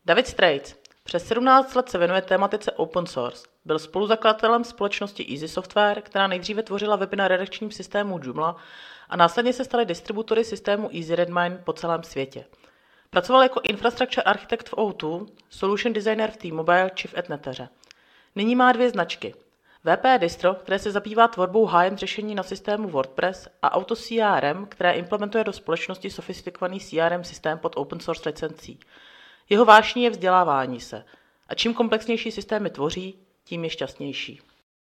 David Strejc přes 17 let se věnuje tématice open source. Byl spoluzakladatelem společnosti Easy Software, která nejdříve tvořila weby na redakčním systému Joomla a následně se staly distributory systému Easy Redmine po celém světě. Pracoval jako infrastructure architekt v O2, solution designer v T-Mobile či v Etneteře. Nyní má 2 značky. WP Distro, které se zabývá tvorbou high-end řešení na systému WordPress, a Auto CRM, které implementuje do společnosti sofistikovaný CRM systém pod open source licencí. Jeho vášní je vzdělávání se. A čím komplexnější systémy tvoří, tím je šťastnější.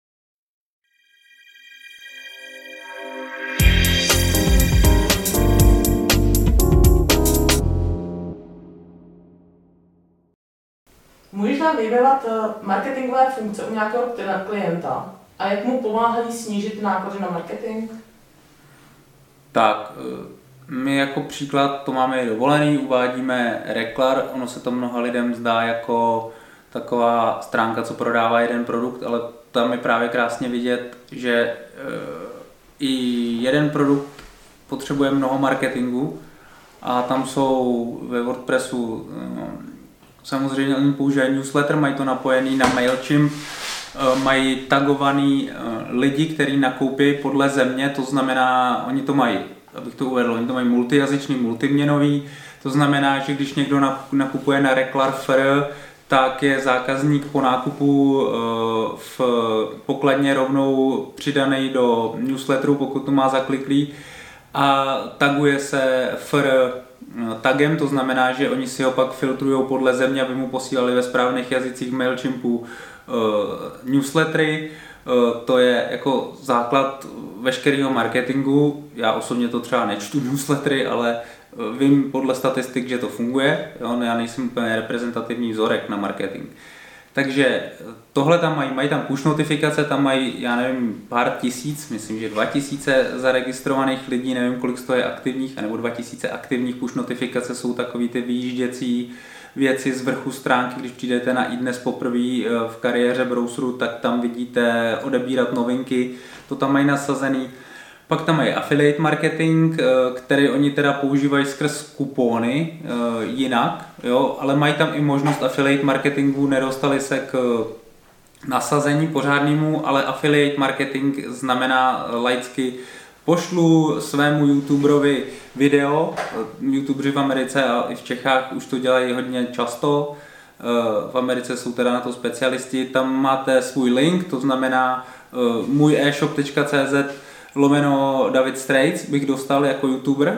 Můžeš nám vyjmenovat marketingové funkce u nějakého klienta a jak mu pomáhají snížit náklady na marketing? Tak, my jako příklad to máme i dovolený, uvádíme Reklar, ono se to mnoha lidem zdá jako taková stránka, co prodává jeden produkt, ale tam je právě krásně vidět, že i jeden produkt potřebuje mnoho marketingu a tam jsou ve WordPressu samozřejmě oni používají newsletter, mají to napojený na MailChimp, mají tagovaný lidi, kteří nakoupí podle země, to znamená, oni to mají, abych to uvedl, oni to mají multijazyčný, multiměnový, to znamená, že když někdo nakupuje na Reklar.fr, tak je zákazník po nákupu v pokladně rovnou přidaný do newsletteru, pokud to má zakliklý, a taguje se FR tagem, to znamená, že oni si ho pak filtrují podle země, aby mu posílali ve správných jazycích MailChimpu newslettery. To je jako základ veškerého marketingu. Já osobně to třeba nečtu newslettery, ale vím podle statistik, že to funguje. Jo? Já nejsem úplně reprezentativní vzorek na marketing. Takže tohle tam mají tam push notifikace, tam mají, já nevím, pár tisíc, myslím, že 2000 zaregistrovaných lidí, nevím, kolik z toho je aktivních, anebo 2000 aktivních push notifikace jsou takový ty výjížděcí věci z vrchu stránky, když přijdete na iDnes poprvé v kariéře browseru, tak tam vidíte odebírat novinky, to tam mají nasazený. Pak tam mají affiliate marketing, který oni teda používají skrz kupóny jinak, jo, ale mají tam i možnost affiliate marketingu, nedostali se k nasazení pořádnému, ale affiliate marketing znamená laicky pošlu svému youtuberovi video, youtuberi v Americe a i v Čechách už to dělají hodně často, v Americe jsou teda na to specialisti, tam máte svůj link, to znamená můj e-shop.cz / David Strejc bych dostal jako youtuber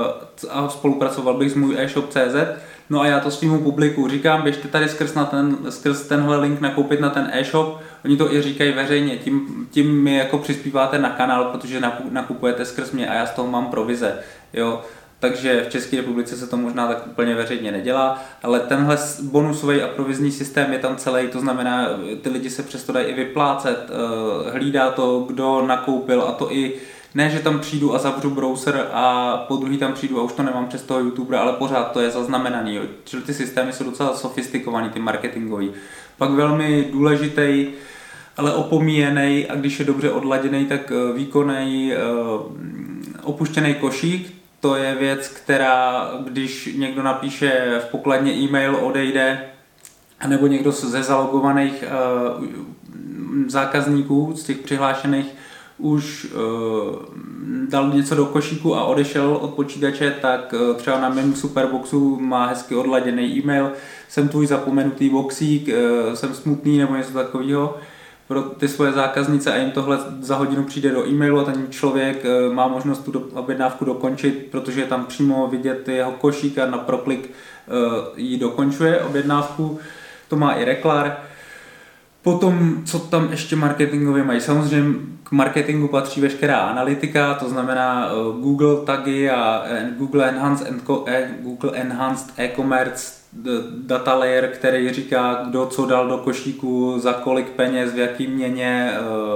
a spolupracoval bych s můj e-shop.cz. No a já to svýmu publiku říkám, běžte tady skrz tenhle link nakoupit na ten e-shop. Oni to i říkají veřejně, tím mi jako přispíváte na kanál, protože nakupujete skrz mě a já z toho mám provize. Jo? Takže v České republice se to možná tak úplně veřejně nedělá, ale tenhle bonusový a provizní systém je tam celý, to znamená, ty lidi se přesto dají i vyplácet, hlídá to, kdo nakoupil, a to i ne, že tam přijdu a zavřu browser a po druhý tam přijdu a už to nemám přes toho youtubera, ale pořád to je zaznamenaný. Čili ty systémy jsou docela sofistikovaný, ty marketingový. Pak velmi důležitý, ale opomíjený, a když je dobře odladěný, tak výkonný opuštěný košík. To je věc, která, když někdo napíše v pokladně e-mail, odejde, nebo někdo ze zalogovaných zákazníků, z těch přihlášených, už dal něco do košíku a odešel od počítače, tak třeba na menu Superboxu má hezky odladěný e-mail, jsem tvůj zapomenutý boxík, jsem smutný nebo něco takového pro ty svoje zákaznice, a jim tohle za hodinu přijde do e-mailu a ten člověk má možnost tu objednávku dokončit, protože je tam přímo vidět jeho košík a na proklik ji dokončuje objednávku. To má i Reklar. Potom, co tam ještě marketingově mají? Samozřejmě k marketingu patří veškerá analytika, to znamená Google tagy a Google Enhanced E-commerce data layer, který říká, kdo co dal do košíku, za kolik peněz, v jaký měně,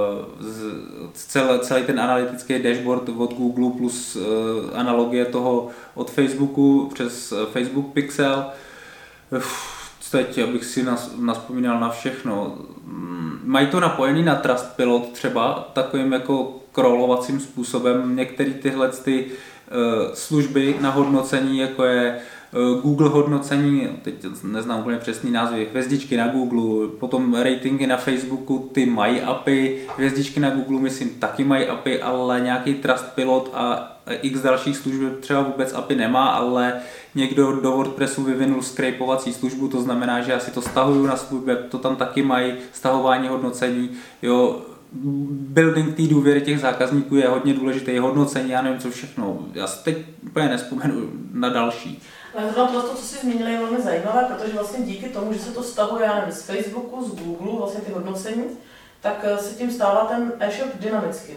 celý ten analytický dashboard od Google plus analogie toho od Facebooku přes Facebook Pixel. Teď, abych si nazpomínal na všechno. Mají to napojený na Trustpilot třeba, takovým jako crawlovacím způsobem. Některé tyhle služby na hodnocení, jako je Google hodnocení, teď neznám úplně přesný názvy, hvězdičky na Google, potom ratingy na Facebooku, ty mají API, hvězdičky na Google myslím taky mají API, ale nějaký Trustpilot a x dalších služeb třeba vůbec API nemá, ale někdo do WordPressu vyvinul scrapovací službu, to znamená, že já si to stahuju na svůj web, to tam taky mají, stahování hodnocení, jo, building té důvěry těch zákazníků je hodně důležité, hodnocení, já nevím co všechno, já si teď úplně nespomenu na další. Ale to, co jsi zmínili, je velmi zajímavé, protože vlastně díky tomu, že se to stahuje já nevím, z Facebooku, z Google, vlastně ty hodnocení, tak se tím stává ten e-shop dynamickým.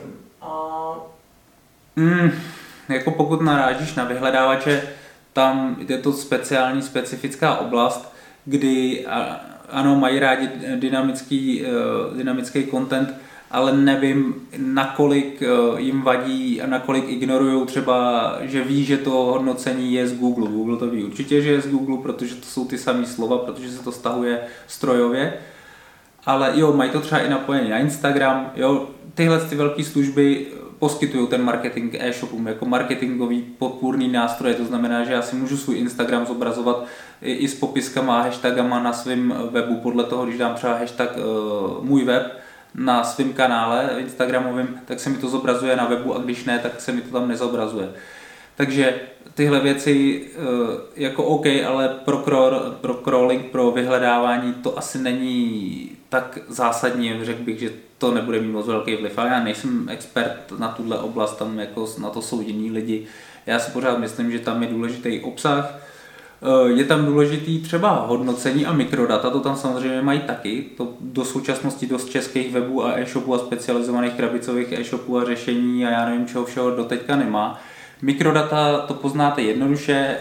Jako pokud narážíš na vyhledávače, tam je to specifická oblast, kdy ano, mají rádi dynamický content, ale nevím, nakolik jim vadí a nakolik ignorují třeba, že ví, že to hodnocení je z Google. Google to ví určitě, že je z Google, protože to jsou ty samé slova, protože se to stahuje strojově. Ale jo, mají to třeba i napojený na Instagram. Jo, tyhle ty velké služby poskytují ten marketing e-shopům jako marketingový podpůrný nástroj. To znamená, že já si můžu svůj Instagram zobrazovat i s popiskama a hashtagama na svém webu. Podle toho, když dám třeba hashtag můj web na svém kanále Instagramovém, tak se mi to zobrazuje na webu a když ne, tak se mi to tam nezobrazuje. Takže tyhle věci jako OK, ale pro crawling, pro vyhledávání to asi není tak zásadní, řekl bych, že to nebude mít moc velký vliv, ale já nejsem expert na tuhle oblast, tam jako na to jsou jiní lidi. Já si pořád myslím, že tam je důležitý obsah, je tam důležitý třeba hodnocení a mikrodata, to tam samozřejmě mají taky, to do současnosti dost českých webů a e-shopů a specializovaných krabicových e-shopů a řešení a já nevím čeho všeho doteďka nemá. Mikrodata to poznáte jednoduše,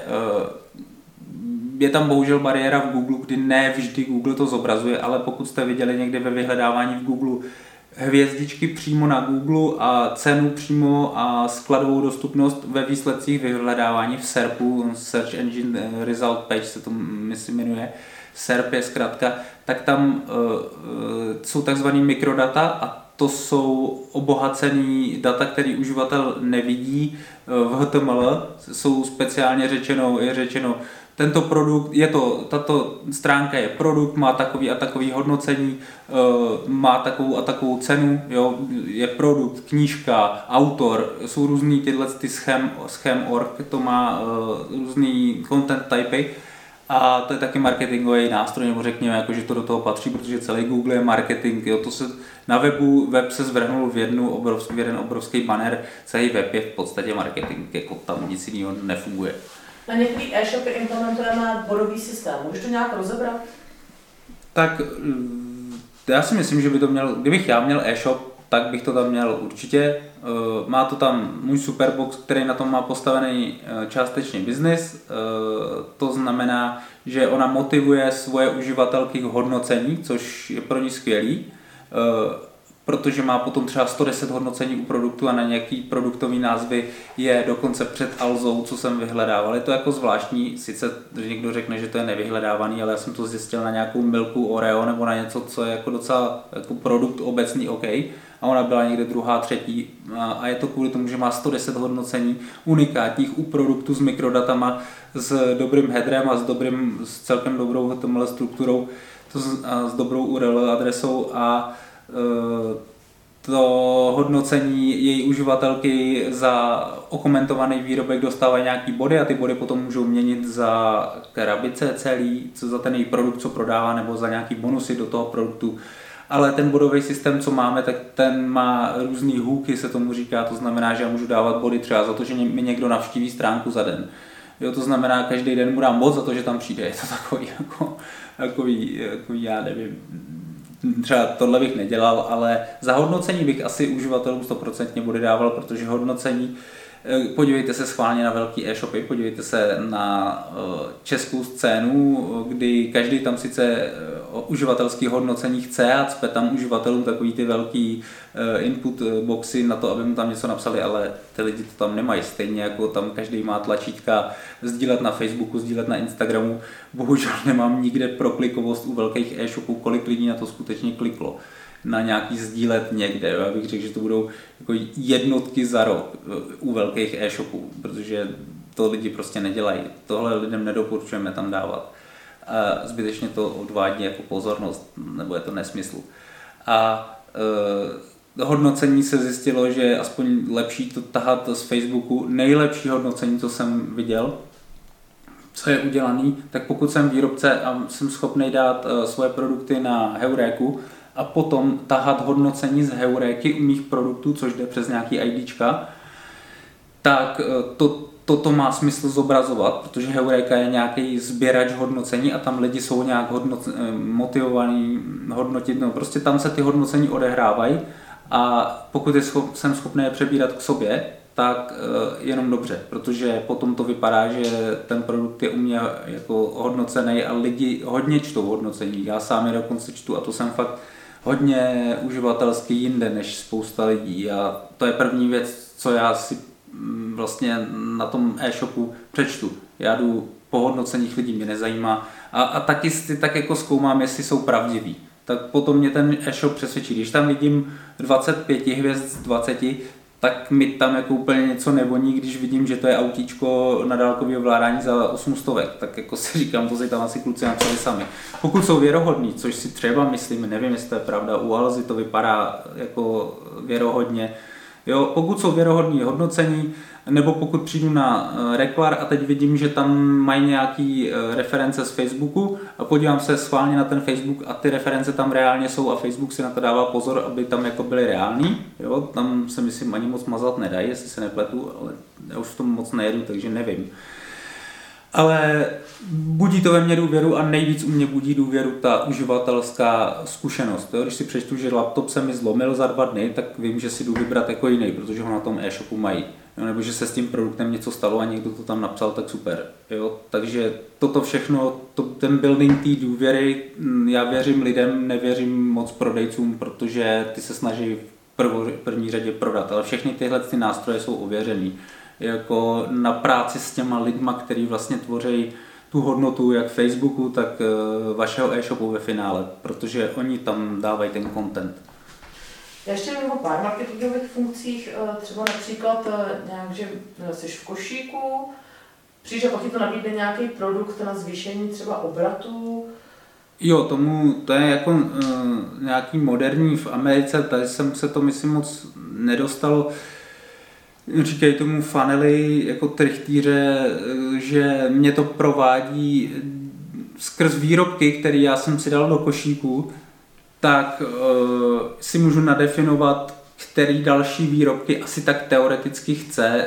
je tam bohužel bariéra v Google, kdy ne vždy Google to zobrazuje, ale pokud jste viděli někde ve vyhledávání v Google hvězdičky přímo na Google a cenu přímo a skladovou dostupnost ve výsledcích vyhledávání v SERPu, Search Engine Result Page se to myslím jmenuje, SERP je zkrátka, tak tam jsou takzvaný mikrodata a to jsou obohacený data, který uživatel nevidí v HTML, jsou speciálně řečeno tento produkt, tato stránka je produkt, má takový a takový hodnocení, má takovou a takovou cenu, jo, je produkt, knížka, autor, jsou různý tyhle schem.org, to má různý content typy a to je taky marketingový nástroj, nebo řekněme, jako, že to do toho patří, protože celý Google je marketing, jo, to se na web se zvrhnul v jeden obrovský banner, celý web je v podstatě marketing, jako tam nic jiného nefunguje. Na některý e-shopy implementujeme bodový systém. Můžeš to nějak rozebrat? Tak já si myslím, že by to měl, kdybych já měl e-shop, tak bych to tam měl určitě. Má to tam můj Superbox, který na tom má postavený částečný biznis. To znamená, že ona motivuje svoje uživatelky k hodnocení, což je pro ní skvělý. Protože má potom třeba 110 hodnocení u produktu a na nějaký produktový názvy je dokonce před Alzou, co jsem vyhledával. Je to jako zvláštní, sice někdo řekne, že to je nevyhledávaný, ale já jsem to zjistil na nějakou Milku Oreo nebo na něco, co je jako docela jako produkt obecný OK. A ona byla někde druhá, třetí a je to kvůli tomu, že má 110 hodnocení unikátních u produktu s mikrodatama, s dobrým headerem a s celkem dobrou HTML strukturou, s dobrou URL adresou a to hodnocení její uživatelky za okomentovaný výrobek dostávají nějaký body a ty body potom můžou měnit za krabice celý, co za ten její produkt, co prodává, nebo za nějaký bonusy do toho produktu. Ale ten bodový systém, co máme, tak ten má různý hooky, se tomu říká, to znamená, že já můžu dávat body třeba za to, že mi někdo navštíví stránku za den. Jo, to znamená, každý den mu dám bod za to, že tam přijde. Je to takový já nevím, třeba tohle bych nedělal, ale za hodnocení bych asi uživatelům 100% body dával, protože hodnocení, podívejte se schválně na velký e-shopy, podívejte se na českou scénu, kdy každý tam sice uživatelský hodnocení chce a cpe tam uživatelům takový ty velký input boxy na to, aby mu tam něco napsali, ale ty lidi to tam nemají, stejně jako tam každý má tlačítka sdílet na Facebooku, sdílet na Instagramu. Bohužel nemám nikde proklikovost u velkých e-shopů, kolik lidí na to skutečně kliklo na nějaký sdílet někde. Já bych řekl, že to budou jako jednotky za rok u velkých e-shopů, protože to lidi prostě nedělají. Tohle lidem nedoporučujeme tam dávat. A zbytečně to odvádí jako pozornost, nebo je to nesmysl. A hodnocení se zjistilo, že je aspoň lepší to tahat z Facebooku. Nejlepší hodnocení, co jsem viděl, co je udělaný, tak pokud jsem výrobce a jsem schopný dát svoje produkty na Heuréku a potom tahat hodnocení z Heuréky u mých produktů, což jde přes nějaký IDčka, tak toto má smysl zobrazovat, protože Heuréka je nějaký sběrač hodnocení a tam lidi jsou nějak motivovaní hodnotit, no prostě tam se ty hodnocení odehrávají a pokud jsem schopný je přebírat k sobě, tak jenom dobře, protože potom to vypadá, že ten produkt je u mě jako hodnocený a lidi hodně čtou hodnocení. Já sám je dokonce čtu a to jsem fakt hodně uživatelský jinde než spousta lidí a to je první věc, co já si vlastně na tom e-shopu přečtu. Já jdu po hodnoceních lidí, mě nezajímá a taky si tak jako zkoumám, jestli jsou pravdiví. Tak potom mě ten e-shop přesvědčí. Když tam vidím 25 hvězd z 20, tak mi tam jako úplně něco nevoní, když vidím, že to je autíčko na dálkový ovládání za 800, tak jako si říkám, to si tam asi kluci napsali sami. Pokud jsou věrohodní, což si třeba myslím, nevím, jestli to je pravda, u Alzy to vypadá jako věrohodně, jo, pokud jsou věrohodní hodnocení, nebo pokud přijdu na Reklar a teď vidím, že tam mají nějaký reference z Facebooku a podívám se schválně na ten Facebook a ty reference tam reálně jsou a Facebook si na to dává pozor, aby tam jako byly reální, jo, tam se myslím ani moc mazat nedají, jestli se nepletu, ale já už v tom moc nejedu, takže nevím. Ale budí to ve mně důvěru a nejvíc u mě budí důvěru ta uživatelská zkušenost. Jo? Když si přečtu, že laptop se mi zlomil za 2 dny, tak vím, že si jdu vybrat jako jiný, protože ho na tom e-shopu mají. Jo? Nebo že se s tím produktem něco stalo a někdo to tam napsal, tak super. Jo? Takže toto všechno, ten building té důvěry, já věřím lidem, nevěřím moc prodejcům, protože ty se snaží v první řadě prodat, ale všechny tyhle ty nástroje jsou ověřený. Jako na práci s těma lidma, který vlastně tvoří tu hodnotu jak Facebooku, tak vašeho e-shopu ve finále, protože oni tam dávají ten content. Já ještě mimo pár marketingových funkcích, třeba například nějak, že jsi v košíku, přijde, pak ti to nabídne nějaký produkt na zvýšení třeba obratu. Jo, to je jako nějaký moderní v Americe, tady jsem se to myslím moc nedostalo. Říkají tomu funnely jako trichtýře, že mě to provádí skrz výrobky, které já jsem si dal do košíku, tak si můžu nadefinovat, který další výrobky asi tak teoreticky chce.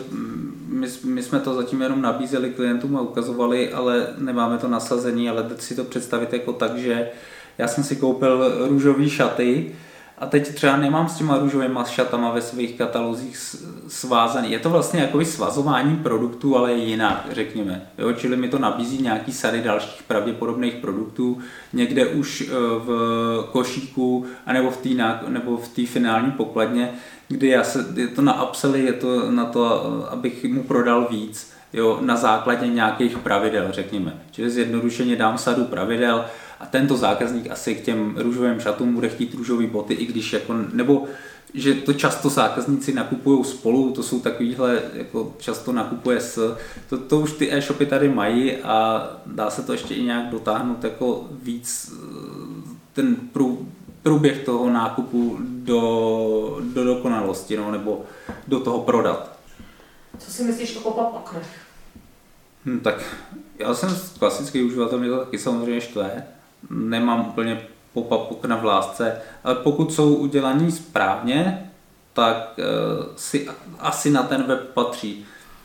My jsme to zatím jenom nabízeli klientům a ukazovali, ale nemáme to nasazení, ale teď si to představit jako tak, že já jsem si koupil růžové šaty, a teď třeba nemám s těma růžovýma šatama ve svých katalozích svázaný. Je to vlastně jako svazování produktů, ale jinak, řekněme. Jo? Čili mi to nabízí nějaký sady dalších pravděpodobných produktů, někde už v košíku, anebo v té finální pokladně, kdy je to na upselly, je to na to, abych mu prodal víc, jo? Na základě nějakých pravidel, řekněme. Čili zjednodušeně dám sadu pravidel, a tento zákazník asi k těm růžovým šatům bude chtít růžové boty, i když jako, nebo že to často zákazníci nakupují spolu, to jsou takovýhle, jako často nakupuje to už ty e-shopy tady mají a dá se to ještě i nějak dotáhnout jako víc ten průběh toho nákupu do dokonalosti, no, nebo do toho prodat. Co si myslíš o pop-up oknech? Tak já jsem klasický uživatel, mě to taky samozřejmě štve. Nemám úplně pop-up okna v lásce, ale pokud jsou udělaný správně, tak si asi na ten web patří.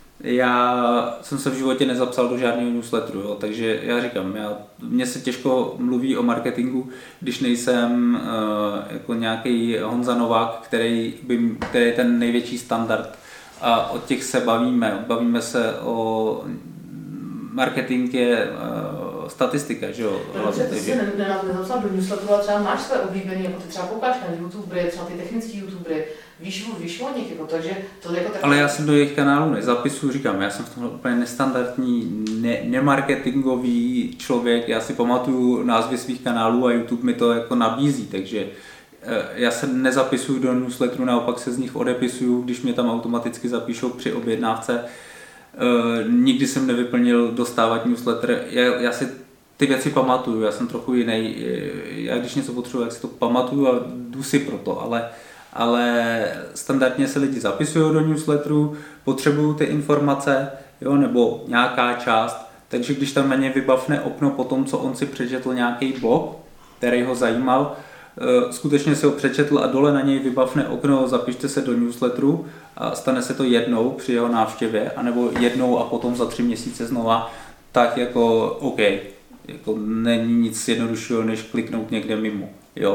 Já jsem se v životě nezapsal do žádného newsletteru, jo, takže já říkám, mně se těžko mluví o marketingu, když nejsem jako nějaký Honza Novák, který je ten největší standard a od těch se bavíme. Bavíme se o marketing je statistika, že jo? Protože ty jsi nezapsal do newsletteru, ale třeba máš své oblíbené, jako ty třeba koukáš na YouTubery, třeba ty technické YouTubery, víš o nich, jako, takže to jako tak... Ale já jsem do jejich kanálů nezapisuju, říkám, já jsem v tomhle úplně nestandardní, nemarketingový člověk, já si pamatuju názvy svých kanálů a YouTube mi to jako nabízí, takže já se nezapisuju do newsletteru, naopak se z nich odepisuju, když mě tam automaticky zapíšou při objednávce. Nikdy jsem nevyplnil dostávat newsletter. Já si ty věci pamatuju, já jsem trochu jiný. Já když něco potřebuji, jak si to pamatuju a jdu si pro to, ale standardně se lidi zapisují do newsletteru, potřebují ty informace, jo, nebo nějaká část, takže když tam na ně vybavne okno po tom, co on si přečetl nějaký blog, který ho zajímal, skutečně si ho přečetl a dole na něj vybavne okno, zapište se do newsletteru a stane se to jednou při jeho návštěvě, anebo jednou a potom za 3 měsíce znova, tak jako OK, jako není nic jednoduššího, než kliknout někde mimo. Jo.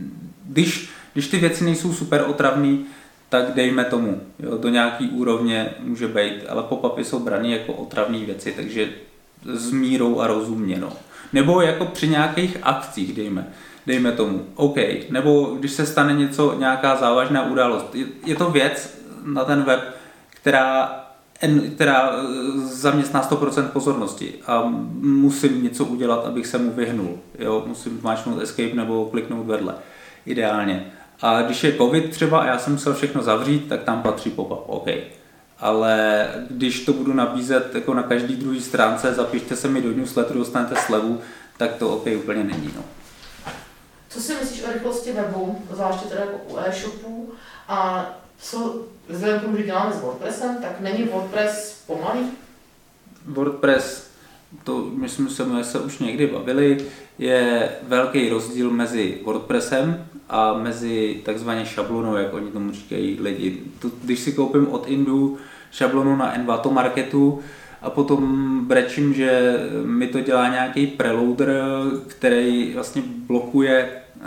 Když ty věci nejsou super otravný, tak dejme tomu, jo, do nějaký úrovně může být, ale pop-upy jsou braný jako otravné věci, takže s mírou a rozumně. No. Nebo jako při nějakých akcích dejme tomu, OK, nebo když se stane nějaká závažná událost. Je to věc na ten web, která zaměstná 100% pozornosti a musím něco udělat, abych se mu vyhnul. Jo? Musím máčknout escape nebo kliknout vedle, ideálně. A když je covid třeba a já jsem musel všechno zavřít, tak tam patří pop-up, OK. Ale když to budu nabízet jako na každý druhý stránce, zapište se mi do newsletteru, dostanete slevu, tak to OK úplně není. No. Co si myslíš o rychlosti webu, zvláště teda jako u e-shopů, a co, vzhledem k tomu, že děláme s WordPressem, tak není WordPress pomalý? WordPress, to myslím, že jsme se už někdy bavili, je velký rozdíl mezi WordPressem a mezi takzvaně šablonou, jak oni tomu říkají lidi. Když si koupím od Indu šablonu na Envato Marketu a potom brečím, že mi to dělá nějaký preloader, který vlastně blokuje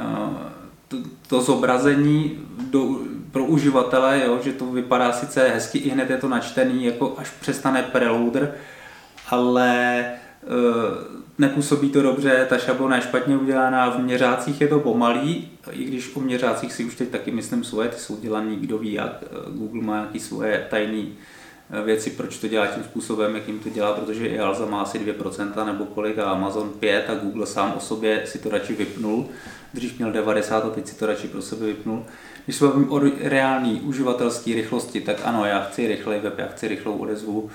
to zobrazení pro uživatele, jo, že to vypadá sice hezky, i hned je to načtený, jako až přestane preloader, ale nepůsobí to dobře, ta šablona je špatně udělaná, v měřácích je to pomalý, i když o měřácích si už teď taky myslím svoje, ty jsou dělaný kdo ví jak, Google má nějaké svoje tajné věci, proč to dělá tím způsobem, jakým to dělá, protože i Alza má asi 2% nebo kolik a Amazon 5% a Google sám o sobě si to radši vypnul, dřív měl 90% a teď si to radši pro sebe vypnul. Když se bavím o reální uživatelské rychlosti, tak ano, já chci rychlej web, já chci rychlou odezvu,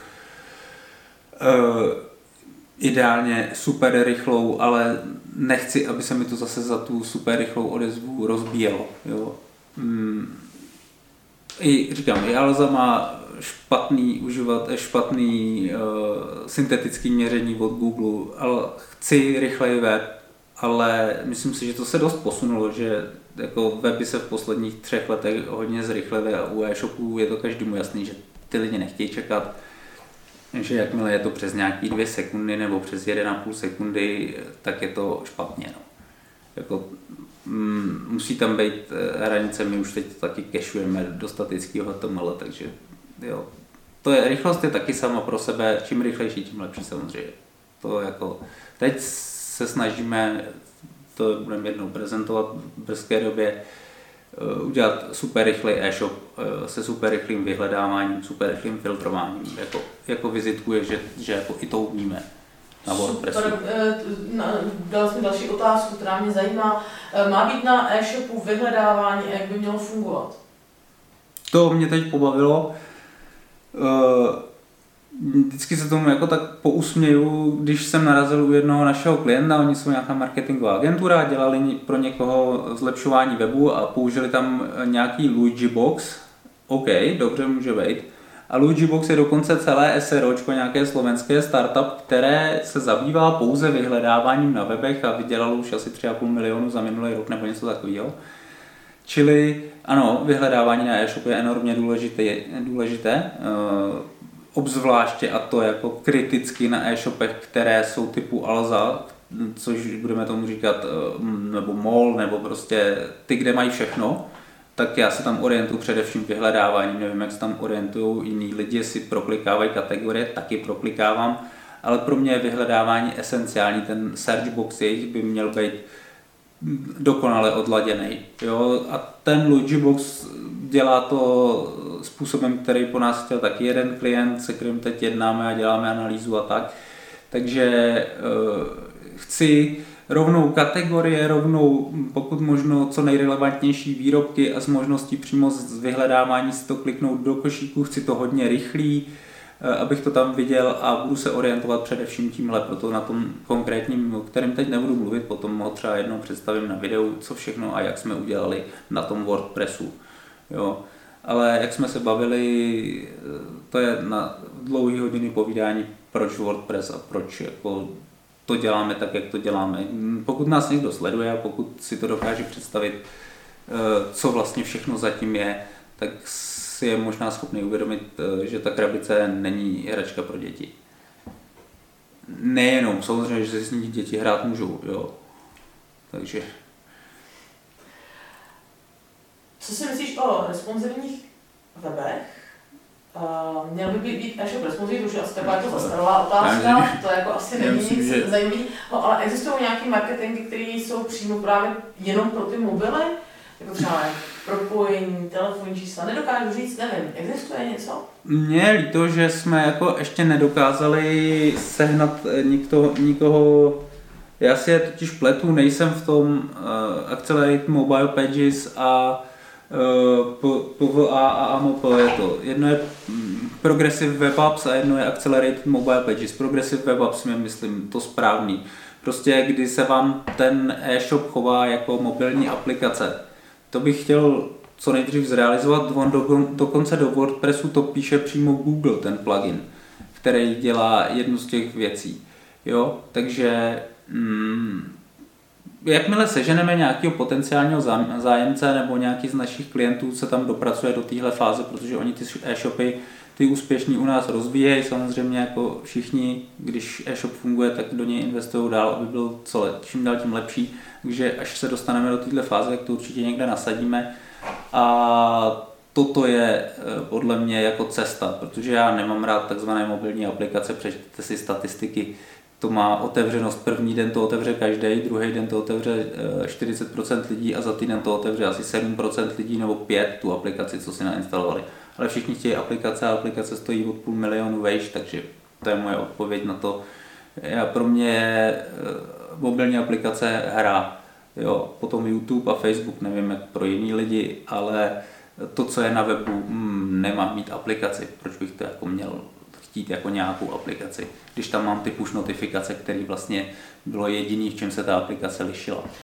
ideálně super rychlou, ale nechci, aby se mi to zase za tu super rychlou odezvu rozbíjelo. Jo. I Alza má špatný syntetický měření od Google, ale chci rychlej web, ale myslím si, že to se dost posunulo, že jako weby se v posledních 3 letech hodně zrychlily a u e-shopů je to každému jasný, že ty lidi nechtějí čekat, že jakmile je to přes nějaký 2 sekundy nebo přes 1,5 sekundy, tak je to špatně. No. Jako, musí tam být hranice, my už teď taky cachujeme do statického HTML, takže jo. Rychlost je taky sama pro sebe, čím rychlejší, tím lepší samozřejmě. To jako, teď se snažíme, to budeme jednou prezentovat v brzké době, udělat super rychlý e-shop se super rychlým vyhledáváním, super rychlým filtrováním, jako vizitkuje, že jako i to umíme na WordPressu. Dal jsem další otázku, která mě zajímá. Má být na e-shopu vyhledávání a jak by mělo fungovat? To mě teď pobavilo. Vždycky se tomu jako tak pousměju, když jsem narazil u jednoho našeho klienta, oni jsou nějaká marketingová agentura, dělali pro někoho zlepšování webu a použili tam nějaký Luigi Box. OK, dobře, může být. A Luigi Box je dokonce celé SROčko, nějaké slovenské startup, které se zabývá pouze vyhledáváním na webech a vydělalo už asi 3,5 milionu za minulý rok nebo něco takového. Čili ano, vyhledávání na e-shopu je enormně důležité. Obzvláště a to jako kriticky na e-shopech, které jsou typu Alza, což budeme tomu říkat, nebo MOL, nebo prostě ty, kde mají všechno, tak já se tam orientuju především vyhledáváním, nevím, jak se tam orientují jiní lidi, jestli proklikávají kategorie, taky proklikávám, ale pro mě je vyhledávání esenciální, ten search box jejich by měl být dokonale odladěný. Jo? A ten Luigi Box dělá to způsobem, který po nás chtěl taky jeden klient, se kterým teď jednáme a děláme analýzu a tak. Takže chci rovnou kategorie, rovnou pokud možno co nejrelevantnější výrobky a s možností přímo z vyhledávání si to kliknout do košíku, chci to hodně rychlý, abych to tam viděl a budu se orientovat především tímhle, proto na tom konkrétním, o kterém teď nebudu mluvit, potom ho třeba jednou představím na videu, co všechno a jak jsme udělali na tom WordPressu. Jo. Ale jak jsme se bavili, to je na dlouhé hodiny povídání, proč WordPress a proč jako to děláme tak, jak to děláme. Pokud nás někdo sleduje a pokud si to dokáže představit, co vlastně všechno zatím je, tak si je možná schopný uvědomit, že ta krabice není hračka pro děti. Nejenom, samozřejmě, že si s ní děti hrát můžou, jo. Takže... Co si myslíš o responsivních webech? Měl by být e-shop responsivní, to už je asi taková jako zastaralá otázka, to jako asi není nic zajímavého, ale existují nějaké marketingy, které jsou přímo právě jenom pro ty mobily? Jako třeba propojení, telefonní čísla, nedokážu říct, nevím, existuje něco? Mně je líto, že jsme jako ještě nedokázali sehnat nikoho, já si je totiž pletu, nejsem v tom Accelerate Mobile Pages a PVA a AMOP je to. Jedno je Progressive Web Apps a jedno je Accelerated Mobile Pages. Progressive Web Apps je, myslím, to správný. Prostě kdy se vám ten e-shop chová jako mobilní aplikace. To bych chtěl co nejdřív zrealizovat, on dokonce do WordPressu to píše přímo Google, ten plugin, který dělá jednu z těch věcí. Jo? Takže jakmile seženeme nějakého potenciálního zájemce nebo nějaký z našich klientů se tam dopracuje do téhle fáze, protože oni ty e-shopy, ty úspěšní u nás rozvíjejí, samozřejmě jako všichni, když e-shop funguje, tak do něj investují dál, aby byl čím dál tím lepší, takže až se dostaneme do téhle fáze, tak to určitě někde nasadíme a toto je podle mě jako cesta, protože já nemám rád takzvané mobilní aplikace, přečtěte si statistiky, to má otevřenost, první den to otevře každý, druhý den to otevře 40% lidí a za týden to otevře asi 7% lidí nebo 5% tu aplikaci, co si nainstalovali. Ale všichni chtějí aplikace a aplikace stojí od 500 000 vejš, takže to je moje odpověď na to. Pro mě je mobilní aplikace hra. Jo, potom YouTube a Facebook, nevím jak pro jiný lidi, ale to, co je na webu, nemám mít aplikaci. Proč bych to jako měl chtít jako nějakou aplikaci, když tam mám ty push notifikace, který vlastně bylo jediný, v čem se ta aplikace lišila.